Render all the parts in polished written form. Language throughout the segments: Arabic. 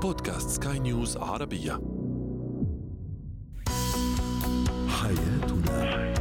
بودكاست سكاي نيوز عربية. حياتنا.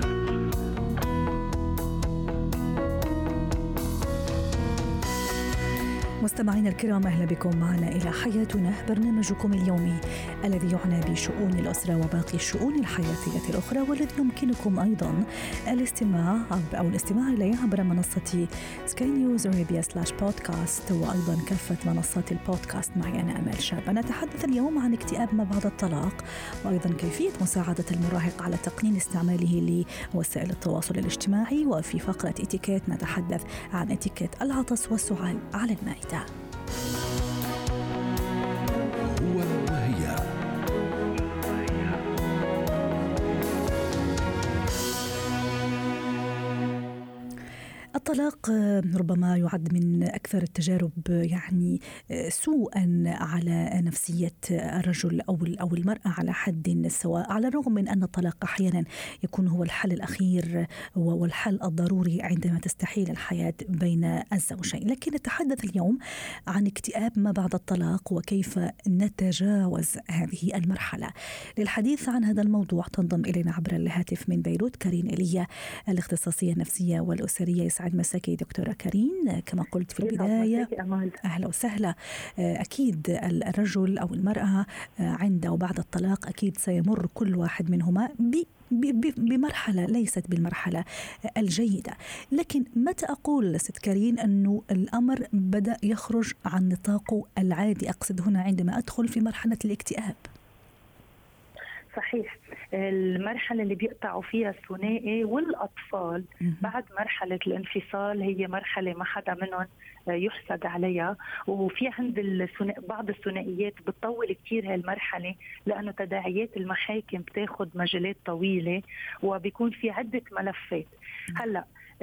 مستمعينا الكرام، أهلا بكم معنا إلى حياتنا، برنامجكم اليومي الذي يعنى بشؤون الأسرة وباقي الشؤون الحياتية الأخرى، والذي يمكنكم أيضا الاستماع إليه عبر منصة سكاي نيوز عربية /بودكاست، وأيضا كافة منصات البودكاست. معي أنا أمال شاب. نتحدث اليوم عن اكتئاب ما بعد الطلاق، وأيضا كيفية مساعدة المراهق على تقنين استعماله لوسائل التواصل الاجتماعي. وفي فقرة اتيكيت نتحدث عن اتيكيت العطس والسعال على المائدة. هو وهي. الطلاق ربما يعد من أكثر التجارب سوءا على نفسية الرجل أو المرأة على حد سواء، على الرغم من أن الطلاق أحيانا يكون هو الحل الأخير والحل الضروري عندما تستحيل الحياة بين الزوجين. لكن نتحدث اليوم عن اكتئاب ما بعد الطلاق وكيف نتجاوز هذه المرحلة. للحديث عن هذا الموضوع تنضم إلينا عبر الهاتف من بيروت كارين إيليا، الاختصاصية النفسية والأسرية. يسعد مساكي دكتورة كارين. كما قلت في البداية، أهلا وسهلا. أكيد الرجل أو المرأة عند وبعد الطلاق أكيد سيمر كل واحد منهما بمرحلة ليست بالمرحلة الجيدة. لكن متى أقول ست كارين أنه الأمر بدأ يخرج عن نطاقه العادي؟ أقصد هنا عندما أدخل في مرحلة الاكتئاب. صحيح، المرحلة اللي بيقطعوا فيها الثنائي والأطفال بعد مرحلة الانفصال هي مرحلة ما حدا منهم يحسد عليها. وفي عند بعض الثنائيات بتطول كتير هالمرحلة، لأنه تداعيات المحاكم بتاخد مجالات طويلة وبيكون في عدة ملفات. هلأ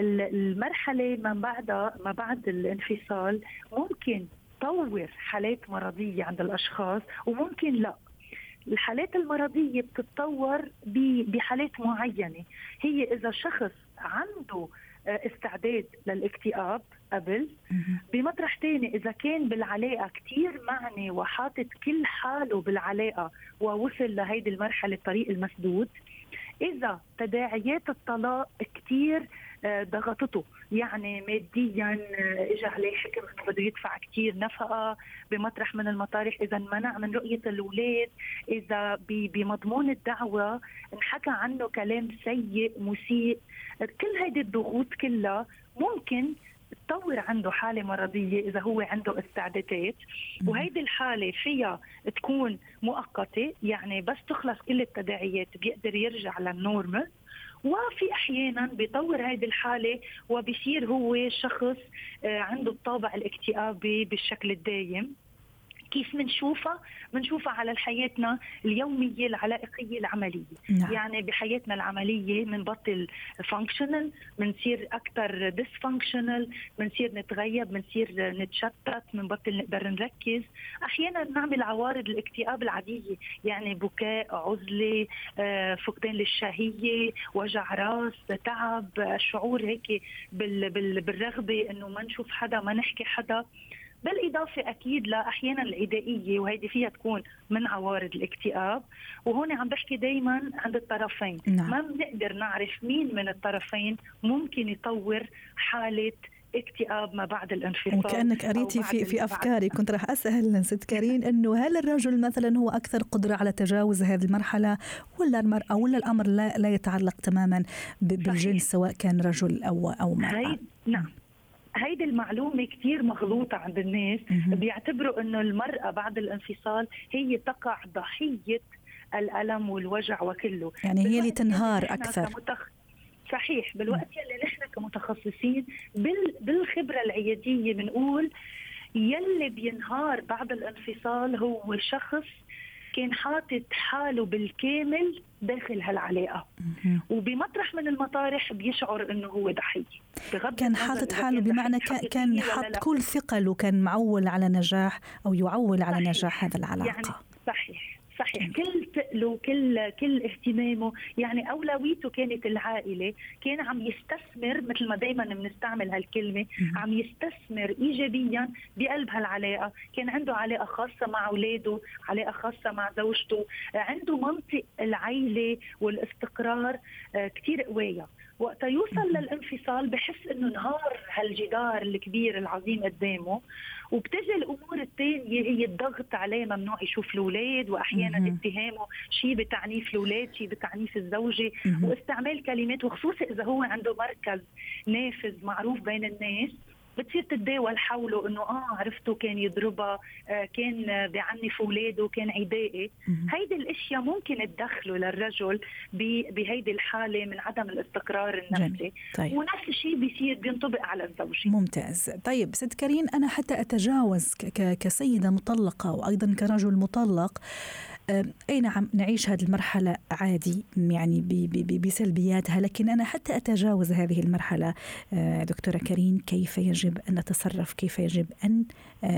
المرحلة ما بعد الانفصال ممكن تطور حالات مرضية عند الأشخاص وممكن لا. الحالات المرضية بتتطور بحالات معينة، هي إذا شخص عنده استعداد للاكتئاب قبل، بمطرح تاني إذا كان بالعلاقة كتير معني وحاطط كل حاله بالعلاقة ووصل لهيدي المرحلة الطريق المسدود، إذا تداعيات الطلاق كتير ضغطته، يعني ماديا اجى عليه حكم انه بده يدفع كتير نفقه بمطرح من المطارح، اذا منع من رؤيه الاولاد، اذا بمضمون الدعوه انحكى عنه كلام سيء مسيء، كل هيدي الضغوط كلها ممكن تطور عنده حالة مرضية إذا هو عنده استعدادات. وهيدي الحالة فيها تكون مؤقتة، يعني بس تخلص كل التداعيات بيقدر يرجع للنورمال. وفي أحيانا بيطور هيدي الحالة وبيصير هو شخص عنده الطابع الاكتئابي بالشكل الدائم. كيف منشوفها على حياتنا اليومية العلائقية العملية. نعم. يعني بحياتنا العملية منبطل فانكشنال، منصير أكتر ديسفانكشنال، منصير نتغيب، منصير نتشتت، منبطل نقدر نركز. أحيانا نعمل عوارض الاكتئاب العادية، يعني بكاء، عزلة، فقدان للشهية، وجع راس، تعب، شعور هيك بالرغبة إنه ما نشوف حدا، ما نحكي حدا. بالإضافة أكيد لأحيانا العدائية، وهيدي فيها تكون من عوارض الاكتئاب. وهون عم بحكي دايما عند الطرفين. نعم. ما بنقدر نعرف مين من الطرفين ممكن يطور حالة اكتئاب ما بعد الانفصال. وكأنك قريتي في أفكاري، كنت رح أسأل ست كارين أنه هل الرجل مثلا هو أكثر قدرة على تجاوز هذه المرحلة، ولا المرأة، ولا الأمر لا يتعلق تماما بالجنس سواء كان رجل أو مرأة؟ نعم، هيدي المعلومة كتير مغلوطة عند الناس. بيعتبروا انه المرأة بعد الانفصال هي تقع ضحية الألم والوجع وكله، يعني هي اللي تنهار أكثر. صحيح، بالوقت اللي نحن كمتخصصين بالخبرة العيادية بنقول يلي بينهار بعد الانفصال هو شخص كان حاطط حاله بالكامل داخل هالعلاقة، وبمطرح من المطارح بيشعر انه هو ضحية. كان حاطط حاله بمعنى كان حاط كل ثقله، كان معول على نجاح أو يعول على نجاح هذا العلاقة. يعني صحيح صحيح، كل تقله كل اهتمامه، يعني أولويته كانت العائلة. كان عم يستثمر، مثل ما دايما بنستعمل هالكلمة، عم يستثمر إيجابيا بقلب هالعلاقة. كان عنده علاقة خاصة مع أولاده، علاقة خاصة مع زوجته، عنده منطق العائلة والاستقرار كتير قوية. وقت يوصل للانفصال بحس انه انهار هالجدار الكبير العظيم قدامه، وبتجي الامور الثانيه هي الضغط عليه، ممنوع يشوف الاولاد، واحيانا اتهامه شيء بتعنيف الاولاد، شيء بتعنيف الزوجه، واستعمال كلمات، وخصوصا اذا هو عنده مركز نافذ معروف بين الناس، بتصير تتداول حوله انه عرفته كان يضربها، كان بيعنف اولاده، كان عدائي. هيدي الاشياء ممكن تدخله للرجل بهيدي الحاله من عدم الاستقرار النفسي. طيب. ونفس الشيء بيصير بينطبق على الزوجه. ممتاز. طيب ست كريم، انا حتى اتجاوز كسيده مطلقه وايضا كرجل مطلق، أي نعم نعيش هذه المرحلة عادي يعني بسلبياتها، لكن أنا حتى أتجاوز هذه المرحلة دكتورة كريم، كيف يجب أن نتصرف، كيف يجب أن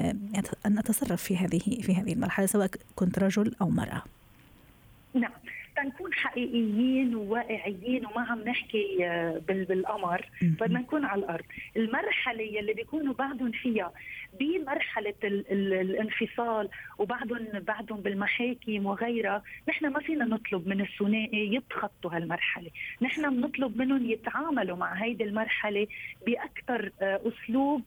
أتصرف في هذه المرحلة سواء كنت رجل أو مرأة؟ نعم، تنكون حقيقيين وواقعيين وما عم نحكي بالقمر، بدنا نكون على الأرض. المرحلة اللي بيكونوا بعدهم فيها بمرحلة الانفصال وبعدهم بالمحاكم وغيرها، نحن ما فينا نطلب من الثنائي يتخطوا هالمرحلة. نحن بنطلب منهم يتعاملوا مع هيدي المرحلة بأكثر أسلوب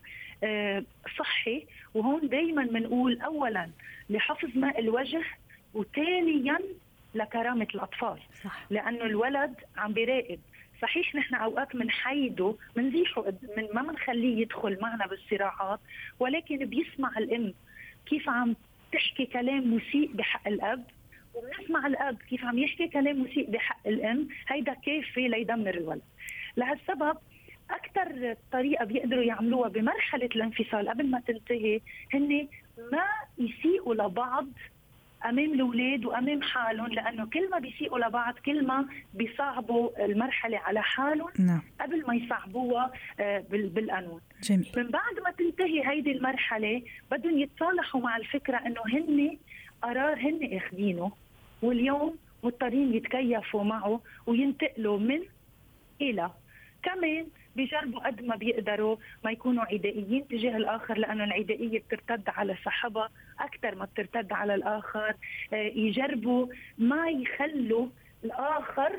صحي. وهون دايما بنقول أولا لحفظ ماء الوجه، وثانيا لكرامة الأطفال. صح. لأنه الولد عم بيراقب. صحيح نحن أوقات منحيده، منزيحه، ما منخليه يدخل معنا بالصراعات، ولكن بيسمع الأم كيف عم تحكي كلام مسيء بحق الأب، وبنسمع الأب كيف عم يحكي كلام مسيء بحق الأم. هيدا كافي ليدمر الولد. لهالسبب أكثر طريقة بيقدروا يعملوها بمرحلة الانفصال قبل ما تنتهي هن ما يسيئوا لبعض أمام الأولاد وأمام حالهم، لأنه كل ما بيسيئوا لبعض كل ما بيصعبوا المرحلة على حالهم. نعم. قبل ما يصعبوها بالقانون. جميل. من بعد ما تنتهي هيدي المرحلة بدهم يتصالحوا مع الفكرة أنه هن قرار هن اخدينه، واليوم مضطرين يتكيفوا معه وينتقلوا من إلى. كمان بيجربوا قد ما بيقدروا ما يكونوا عدائيين تجاه الآخر، لأنه العدائية بترتد على صاحبها أكثر ما بترتد على الآخر. يجربوا ما يخلوا الآخر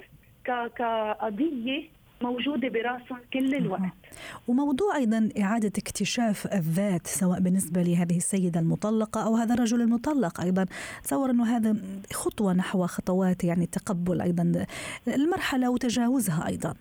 كقضية موجودة براسهم كل الوقت. وموضوع أيضا إعادة اكتشاف الذات، سواء بالنسبة لهذه السيدة المطلقة أو هذا الرجل المطلق أيضا. تصور أنه هذا خطوة نحو خطوات يعني تقبل أيضا المرحلة وتجاوزها أيضا.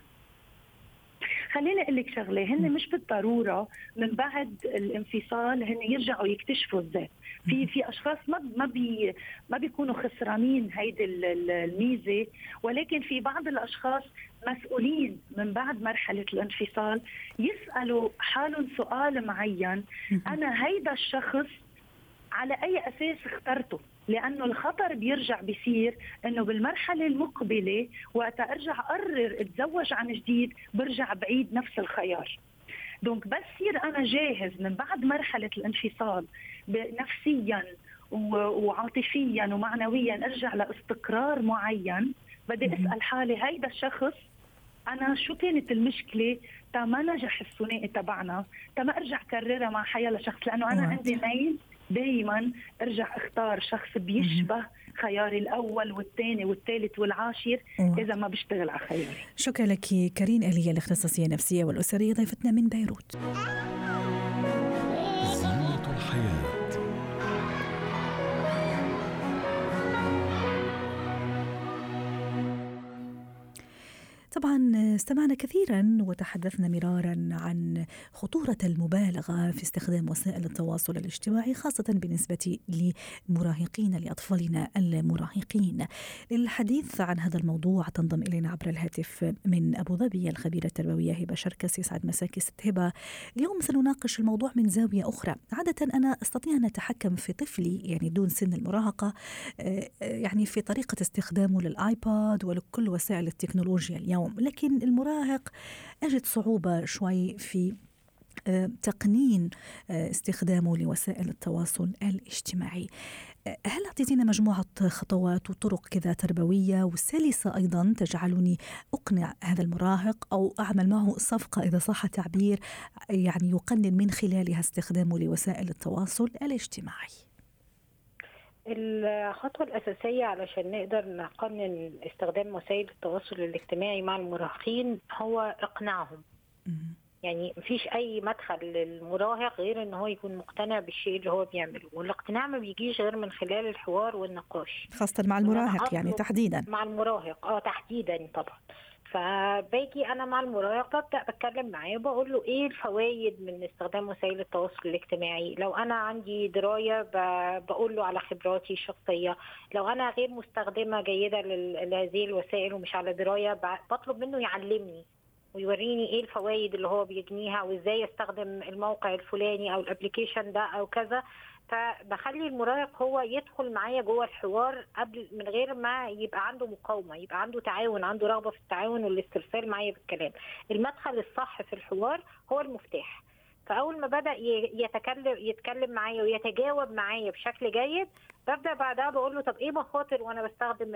خليني أقول لك شغلة، هن مش بالضرورة من بعد الانفصال هن يرجعوا يكتشفوا الذات. في أشخاص ما بيكونوا خسرانين هيدي الميزة، ولكن في بعض الأشخاص مسؤولين من بعد مرحلة الانفصال يسألوا حالهم سؤال معين: أنا هيدا الشخص على أي أساس اخترته؟ لأنه الخطر بيرجع بيصير أنه بالمرحلة المقبلة وقت أرجع أقرر أتزوج عن جديد برجع بعيد نفس الخيار. دونك بس يصير أنا جاهز من بعد مرحلة الانفصال نفسيا وعاطفيا ومعنويا أرجع لاستقرار معين، بدي أسأل حالي هيدا الشخص أنا شو كانت المشكلة تا ما نجح الثنائي تبعنا، تا ما أرجع كررها مع حيالة شخص، لأنه أنا عندي ميل دايما ارجع اختار شخص بيشبه خياري الاول والثاني والثالث والعاشر اذا ما بيشتغل على خياري. شكرا لك كريم آلية، الاختصاصية النفسية والأسرية، ضيفتنا من بيروت. زينة الحياة. طبعا استمعنا كثيرا وتحدثنا مرارا عن خطورة المبالغة في استخدام وسائل التواصل الاجتماعي، خاصة بالنسبة لمراهقين، لأطفالنا المراهقين. للحديث عن هذا الموضوع تنضم إلينا عبر الهاتف من أبو ظبي الخبيرة التربوية هبة شركس. يسعد مساكي ست هبة. اليوم سنناقش الموضوع من زاوية أخرى. عادة أنا أستطيع أن أتحكم في طفلي يعني دون سن المراهقة، يعني في طريقة استخدامه للآيباد ولكل وسائل التكنولوجيا اليوم، لكن المراهق أجد صعوبة شوي في تقنين استخدامه لوسائل التواصل الاجتماعي. هل أعطيتينا مجموعة خطوات وطرق كذا تربوية وسلسة أيضا تجعلني أقنع هذا المراهق أو أعمل معه صفقة إذا صح التعبير، يعني يقنن من خلالها استخدامه لوسائل التواصل الاجتماعي؟ الخطوة الأساسية علشان نقدر نقنن استخدام وسائل التواصل الاجتماعي مع المراهقين هو إقناعهم. يعني مفيش أي مدخل للمراهق غير إن هو يكون مقتنع بالشيء اللي هو بيعمله، والاقتناع ما بيجيش غير من خلال الحوار والنقاش، خاصة مع المراهق يعني تحديدا. مع المراهق تحديدا طبعا. فباجي أنا مع المراهق ببدأ بتكلم معاه وبقول له إيه الفوائد من استخدام وسائل التواصل الاجتماعي. لو أنا عندي دراية بقول له على خبراتي الشخصية، لو أنا غير مستخدمة جيدة لهذه الوسائل ومش على دراية بطلب منه يعلمني ويوريني ايه الفوائد اللي هو بيجنيها وازاي استخدم الموقع الفلاني او الابليكيشن ده او كذا. فبخلي المراهق هو يدخل معايا جوه الحوار قبل، من غير ما يبقى عنده مقاومة، يبقى عنده تعاون، عنده رغبة في التعاون والاسترسال معايا بالكلام. المدخل الصح في الحوار هو المفتاح. فأول ما بدأ يتكلم معايا ويتجاوب معايا بشكل جيد، ببدأ بعدها بقول له طب ايه مخاطر وانا بستخدم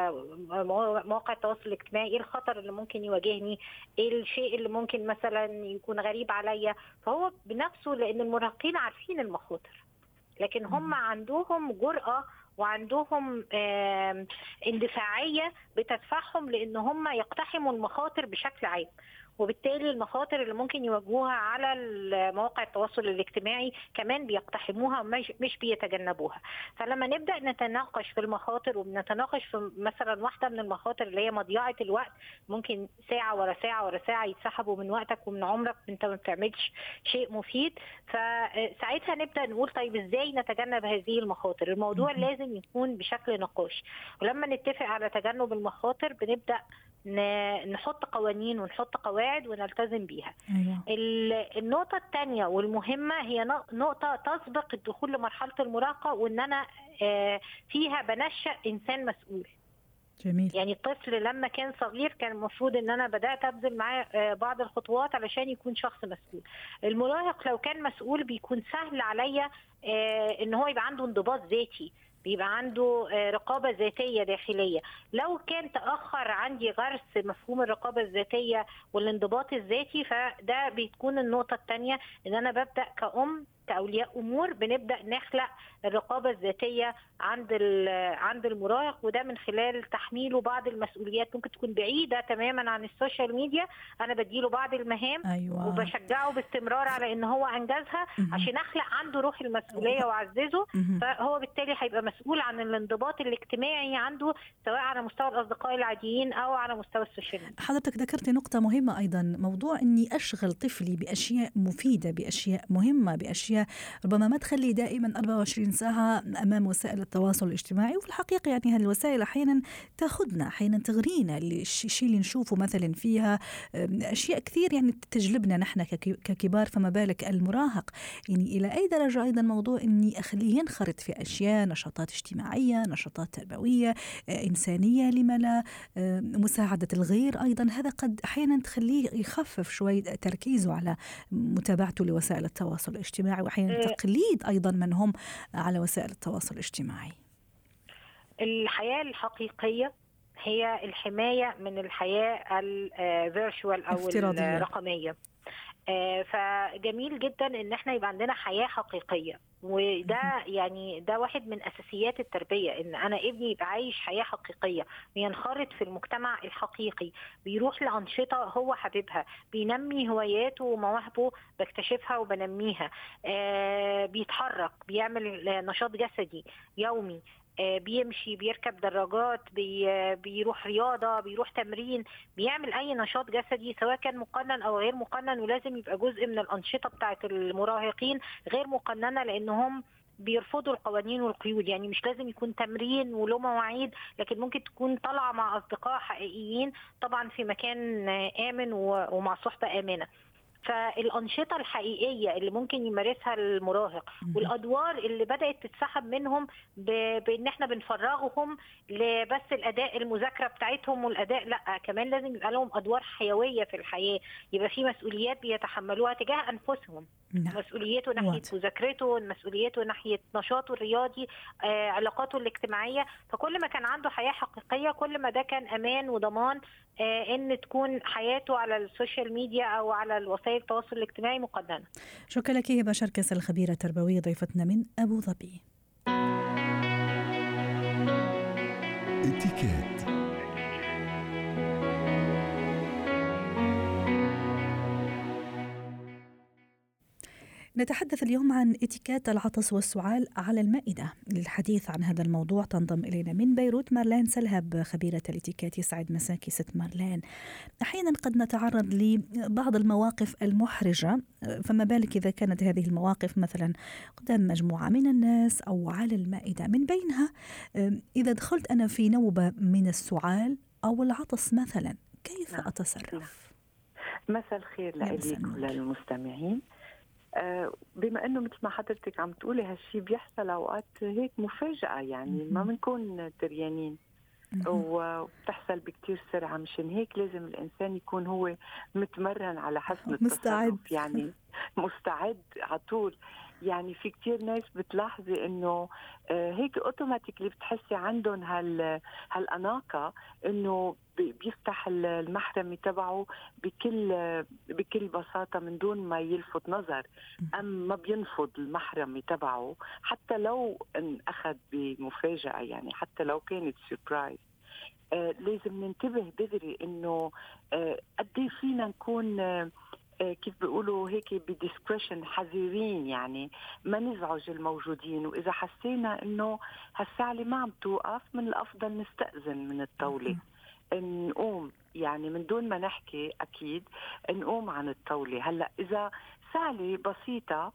مواقع التواصل الاجتماعي، ايه الخطر اللي ممكن يواجهني، ايه الشيء اللي ممكن مثلا يكون غريب عليا. فهو بنفسه، لان المراهقين عارفين المخاطر لكن هم عندهم جرأة وعندهم اندفاعية بتدفعهم لان هم يقتحموا المخاطر بشكل عام، وبالتالي المخاطر اللي ممكن يواجهوها على مواقع التواصل الاجتماعي كمان بيقتحموها مش بيتجنبوها. فلما نبدأ نتناقش في المخاطر وبنتناقش في مثلا واحدة من المخاطر اللي هي مضيعة الوقت، ممكن ساعة ورا ساعة ورا ساعة يتسحبوا من وقتك ومن عمرك وانت ما بتعملش شيء مفيد، فساعتها نبدأ نقول طيب ازاي نتجنب هذه المخاطر. الموضوع لازم يكون بشكل نقاش، ولما نتفق على تجنب المخاطر بنبدأ نحط قوانين ونحط قواعد ونلتزم بيها. أيوة. النقطة الثانية والمهمة هي نقطة تسبق الدخول لمرحلة المراهقة، وان انا فيها بنشأ انسان مسؤول. جميل. يعني الطفل لما كان صغير كان المفروض ان انا بدأت ابذل معاه بعض الخطوات علشان يكون شخص مسؤول. المراهق لو كان مسؤول بيكون سهل عليا ان هو يبقى عنده انضباط ذاتي، بيبقى عنده رقابة ذاتية داخلية. لو كان تأخر عندي غرس مفهوم الرقابة الذاتية والانضباط الذاتي، فده بتكون النقطة الثانية ان انا ببدأ كأولياء أمور بنبدأ نخلق الرقابة الذاتية عند المراهق، وده من خلال تحميله بعض المسؤوليات ممكن تكون بعيدة تماما عن السوشيال ميديا. أنا بديله بعض المهام. أيوة. وبشجعه باستمرار على إن هو أنجزها عشان أخلق عنده روح المسؤولية وأعززه. فهو بالتالي هيبقى مسؤول عن الانضباط الاجتماعي عنده، سواء على مستوى الأصدقاء العاديين أو على مستوى السوشيال ميديا. حضرتك ذكرت نقطة مهمة أيضا، موضوع إني أشغل طفلي بأشياء مفيدة، بأشياء مهمة، بأشياء ربما ما تخلي دائما 24 ساعة أمام وسائل التواصل الاجتماعي. وفي الحقيقة يعني هذه الوسائل أحيانا تأخذنا، أحيانا تغرينا، الشيء اللي نشوفه مثلا فيها أشياء كثير يعني تجلبنا نحن ككبار، فما بالك المراهق. يعني إلى أي درجة أيضا موضوع إني أخليه ينخرط في أشياء، نشاطات اجتماعية، نشاطات تربوية إنسانية، لما لا مساعدة الغير أيضا، هذا قد أحيانا تخليه يخفف شوي تركيزه على متابعته لوسائل التواصل الاجتماعي، وأحيانا تقليد أيضا من هم على وسائل التواصل الاجتماعي. الحياة الحقيقية هي الحماية من الحياة الفيرشوال أو افتراضية. الرقمية. فجميل جدا ان احنا يبقى عندنا حياة حقيقية، وده يعني ده واحد من اساسيات التربية، ان انا ابني يبقى عايش حياة حقيقية، بينخرط في المجتمع الحقيقي، بيروح لأنشطة هو حبيبها، بينمي هواياته ومواهبه بكتشفها وبنميها، بيتحرك، بيعمل نشاط جسدي يومي، بيمشي، بيركب دراجات، بيروح رياضة، بيروح تمرين، بيعمل أي نشاط جسدي سواء كان مقنن أو غير مقنن. ولازم يبقى جزء من الأنشطة بتاعة المراهقين غير مقننة، لأنهم بيرفضوا القوانين والقيود. يعني مش لازم يكون تمرين وله مواعيد، لكن ممكن تكون طالعة مع أصدقاء حقيقيين، طبعا في مكان آمن ومع صحبة آمنة. فالأنشطة الحقيقية اللي ممكن يمارسها المراهق والأدوار اللي بدأت تتسحب منهم بإن احنا بنفرغهم لبس الأداء المذاكرة بتاعتهم والأداء، لا كمان لازم يبقى لهم أدوار حيوية في الحياة، يبقى في مسؤوليات بيتحملوها تجاه أنفسهم. مسؤوليته ناحية مذاكرته، مسؤوليته ناحية نشاطه الرياضي، علاقاته الاجتماعية. فكل ما كان عنده حياة حقيقية كل ما ده كان أمان وضمان ان تكون حياته على السوشيال ميديا او على وسائل التواصل الاجتماعي مقننه. شكرا لك هبة شركس الخبيرة التربوية ضيفتنا من ابو ظبي. اتيكيت. نتحدث اليوم عن اتيكيت العطس والسعال على المائدة. للحديث عن هذا الموضوع تنضم إلينا من بيروت مارلين سلهب خبيرة الاتيكيت. يسعد مساكي ست مارلين. أحيانا قد نتعرض لبعض المواقف المحرجة، فما بالك إذا كانت هذه المواقف مثلا قدام مجموعة من الناس أو على المائدة. من بينها إذا دخلت أنا في نوبة من السعال أو العطس مثلا، كيف أتصرف؟ مساء الخير لك وللمستمعين. بما انه مثل ما حضرتك عم تقولي هالشي بيحصل اوقات هيك مفاجأة، يعني ما بنكون دريانين وبتحصل بكتير سرعة. مشان هيك لازم الانسان يكون هو متمرن على حسن التصرف، يعني مستعد على طول. يعني في كتير ناس بتلاحظي انه هيك اوتوماتيكلي بتحسي عندهم هالأناقة انه بيفتح المحرمي تبعه بكل بساطة من دون ما يلفت نظر، ما بينفض المحرمي تبعه حتى لو أخذ بمفاجأة، يعني حتى لو كانت سيربرايز. لازم ننتبه دغري انه قد فينا نكون كيف بيقولوا هيك بديسكريشن، حذرين، يعني ما نزعج الموجودين. وإذا حسينا إنه هالساعة ما عم توقف، من الأفضل نستأذن من الطاولة، نقوم يعني من دون ما نحكي، أكيد نقوم عن الطاولة. هلأ إذا سالي بسيطة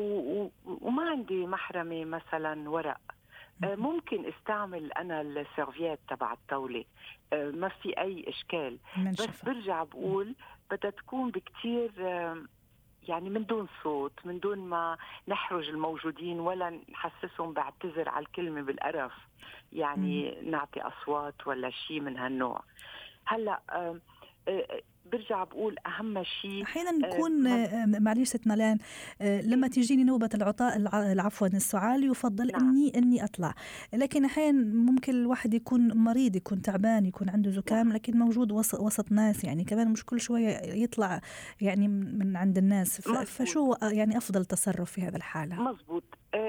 وما عندي محرمة مثلا ورق، ممكن استعمل أنا السيرفيات تبع الطاولة، ما في أي إشكال. بس برجع بقول بدها تكون بكتير يعني من دون صوت، من دون ما نحرج الموجودين ولا نحسسهم بعتذر على الكلمة بالقرف، يعني نعطي أصوات ولا شيء من هالنوع. هلأ برجع بقول أهم شيء أحيانا نكون معليش ست مالان، لما تجيني نوبة عفوا السعال يفضل إني أطلع، لكن أحيانا ممكن الواحد يكون مريض، يكون تعبان، يكون عنده زكام، لكن موجود وسط ناس، يعني كمان مش كل شوية يطلع يعني من عند الناس. فشو يعني أفضل تصرف في هذا الحالة؟ مزبوط.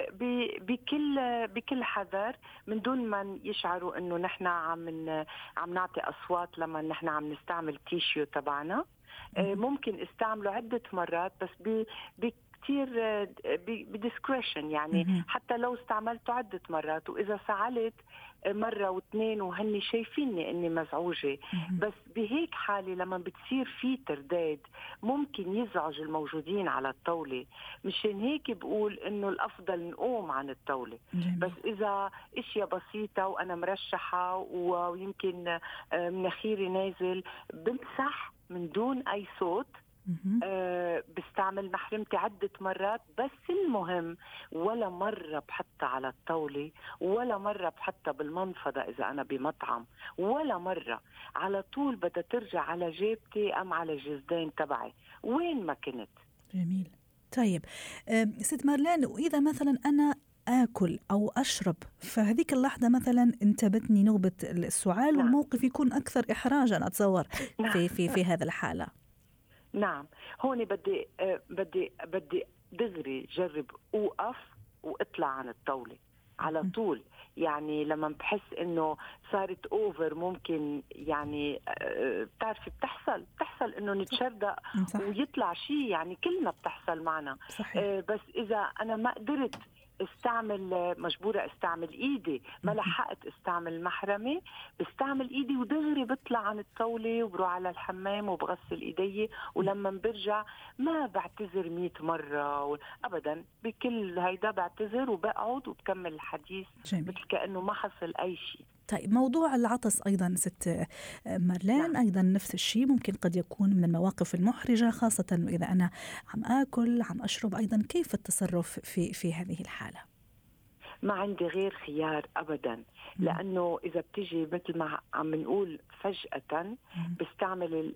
بكل حذر، من دون ما يشعروا انه نحن عم نعطي اصوات لما نحن عم نستعمل تيشيو تبعنا. ممكن استعمله عدة مرات بس كتير بديسكريشن، يعني حتى لو استعملته عدة مرات، وإذا سعلت مرة واثنين وهني شايفيني إني مزعوجة، بس بهيك حالة لما بتصير في ترداد ممكن يزعج الموجودين على الطاولة. مشان هيك بقول إنه الأفضل نقوم عن الطاولة. بس إذا إشياء بسيطة وأنا مرشحة ويمكن مناخيري نازل، بمسح من دون أي صوت. بستعمل محرمتي عدة مرات، بس المهم ولا مرة بحطها على الطاولة، ولا مرة بحطها بالمنفضة إذا أنا بمطعم، ولا مرة. على طول بدها ترجع على جيبتي أم على الجزدين تبعي وين ما كنت. جميل. طيب ست مارلين، وإذا مثلا أنا آكل أو أشرب، فهذيك اللحظة مثلا انتابتني نوبة السعال، والموقف يكون أكثر إحراجا أتصور في هذا الحالة. نعم، هون بدي دغري جرب أوقف وأطلع عن الطاولة على طول. يعني لما بحس إنه صارت أوفر، ممكن يعني بتعرفي بتحصل إنه نتشردق ويطلع شيء، يعني كلنا بتحصل معنا. بس إذا أنا ما قدرت مجبورة استعمل ايدي، ما لحقت استعمل محرمة، بستعمل ايدي ودغري بطلع عن الطاولة وبروح على الحمام وبغسل ايدي، ولما برجع ما بعتذر 100 مرة ابدا، بكل هيدا بعتذر وبقعد وبكمل الحديث مثل كأنه ما حصل اي شيء. طيب موضوع العطس أيضا ست مارلين، أيضا نفس الشيء، ممكن قد يكون من المواقف المحرجة، خاصة إذا أنا عم آكل عم أشرب. أيضا كيف التصرف في هذه الحالة؟ ما عندي غير خيار أبدا، لأنه إذا بتجي مثل ما عم نقول فجأة بستعمل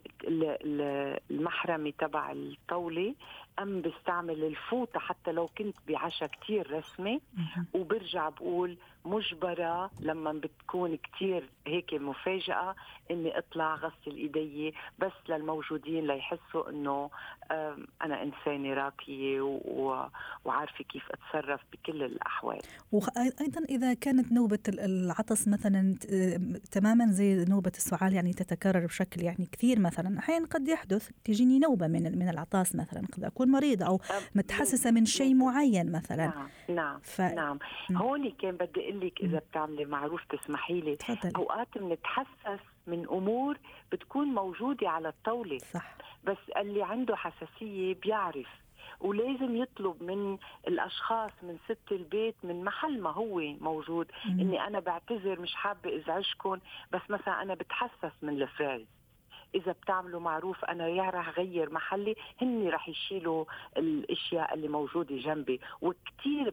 المحرمة تبع الطاولة، أم بستعمل الفوطة حتى لو كنت بعشاء كتير رسمي، وبرجع بقول مجبرة لما بتكون كتير هيك مفاجأة إني أطلع غسل إيدي بس للموجودين ليحسوا إنه أنا إنسانة راقية وعارفة كيف أتصرف بكل الأحوال. وأيضا إذا كانت نوبة العطس مثلا تماما زي نوبة السعال، يعني تتكرر بشكل يعني كثير، مثلا أحيانا قد يحدث تجيني نوبة من العطاس، مثلا قد أكون مريضة أو متحسسة من شيء معين مثلا. نعم. هون كان بدي أقول لك إذا بتعملي معروف تسمحي لي، أوقات بنتحسس من أمور بتكون موجودة على الطاولة، صح. بس اللي عنده حساسية بيعرف، ولازم يطلب من الأشخاص من ست البيت من محل ما هو موجود إني أنا بعتذر، مش حابة إزعجكم، بس مثلا أنا بتحسس من الفرز. إذا بتعملوا معروف أنا يا رح غير محلي، هني رح يشيلوا الأشياء اللي موجودة جنبي. وكتير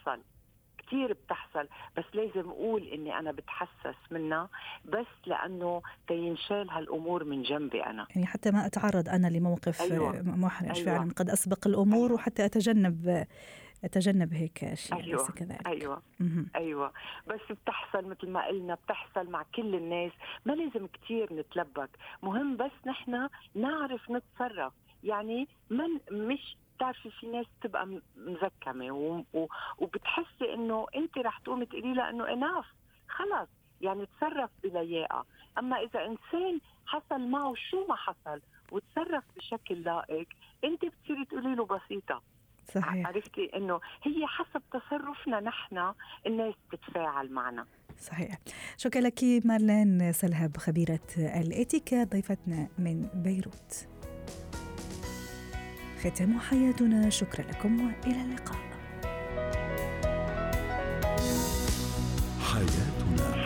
بتحصل، بس لازم أقول إني أنا بتحسس منها بس لأنه تينشال هالأمور من جنبي أنا، يعني حتى ما أتعرض أنا لموقف محرج. فعلا قد أسبق الأمور وحتى أتجنب هيك أشياء. أيوة. كذلك. أيوة. بس بتحصل مثل ما قلنا، بتحصل مع كل الناس، ما لازم كتير نتلبك، مهم بس نحن نعرف نتصرف. يعني مش تعرفي في ناس تبقى مزكمة وبتحسي إنه أنت رح تقوم تقولي لها إنه إناف خلاص، يعني تصرف بلياقة. أما إذا إنسان حصل معه شو ما حصل وتصرف بشكل لائق، أنت بتصيري تقولي له بسيطة. صحيح. عرفتي إنه هي حسب تصرفنا نحن الناس تتفاعل معنا. صحيح. شكرا لك مارلين سلهب، خبيرة الإتيكا، ضيفتنا من بيروت. ختام حياتنا، شكرا لكم وإلى اللقاء. حياتنا.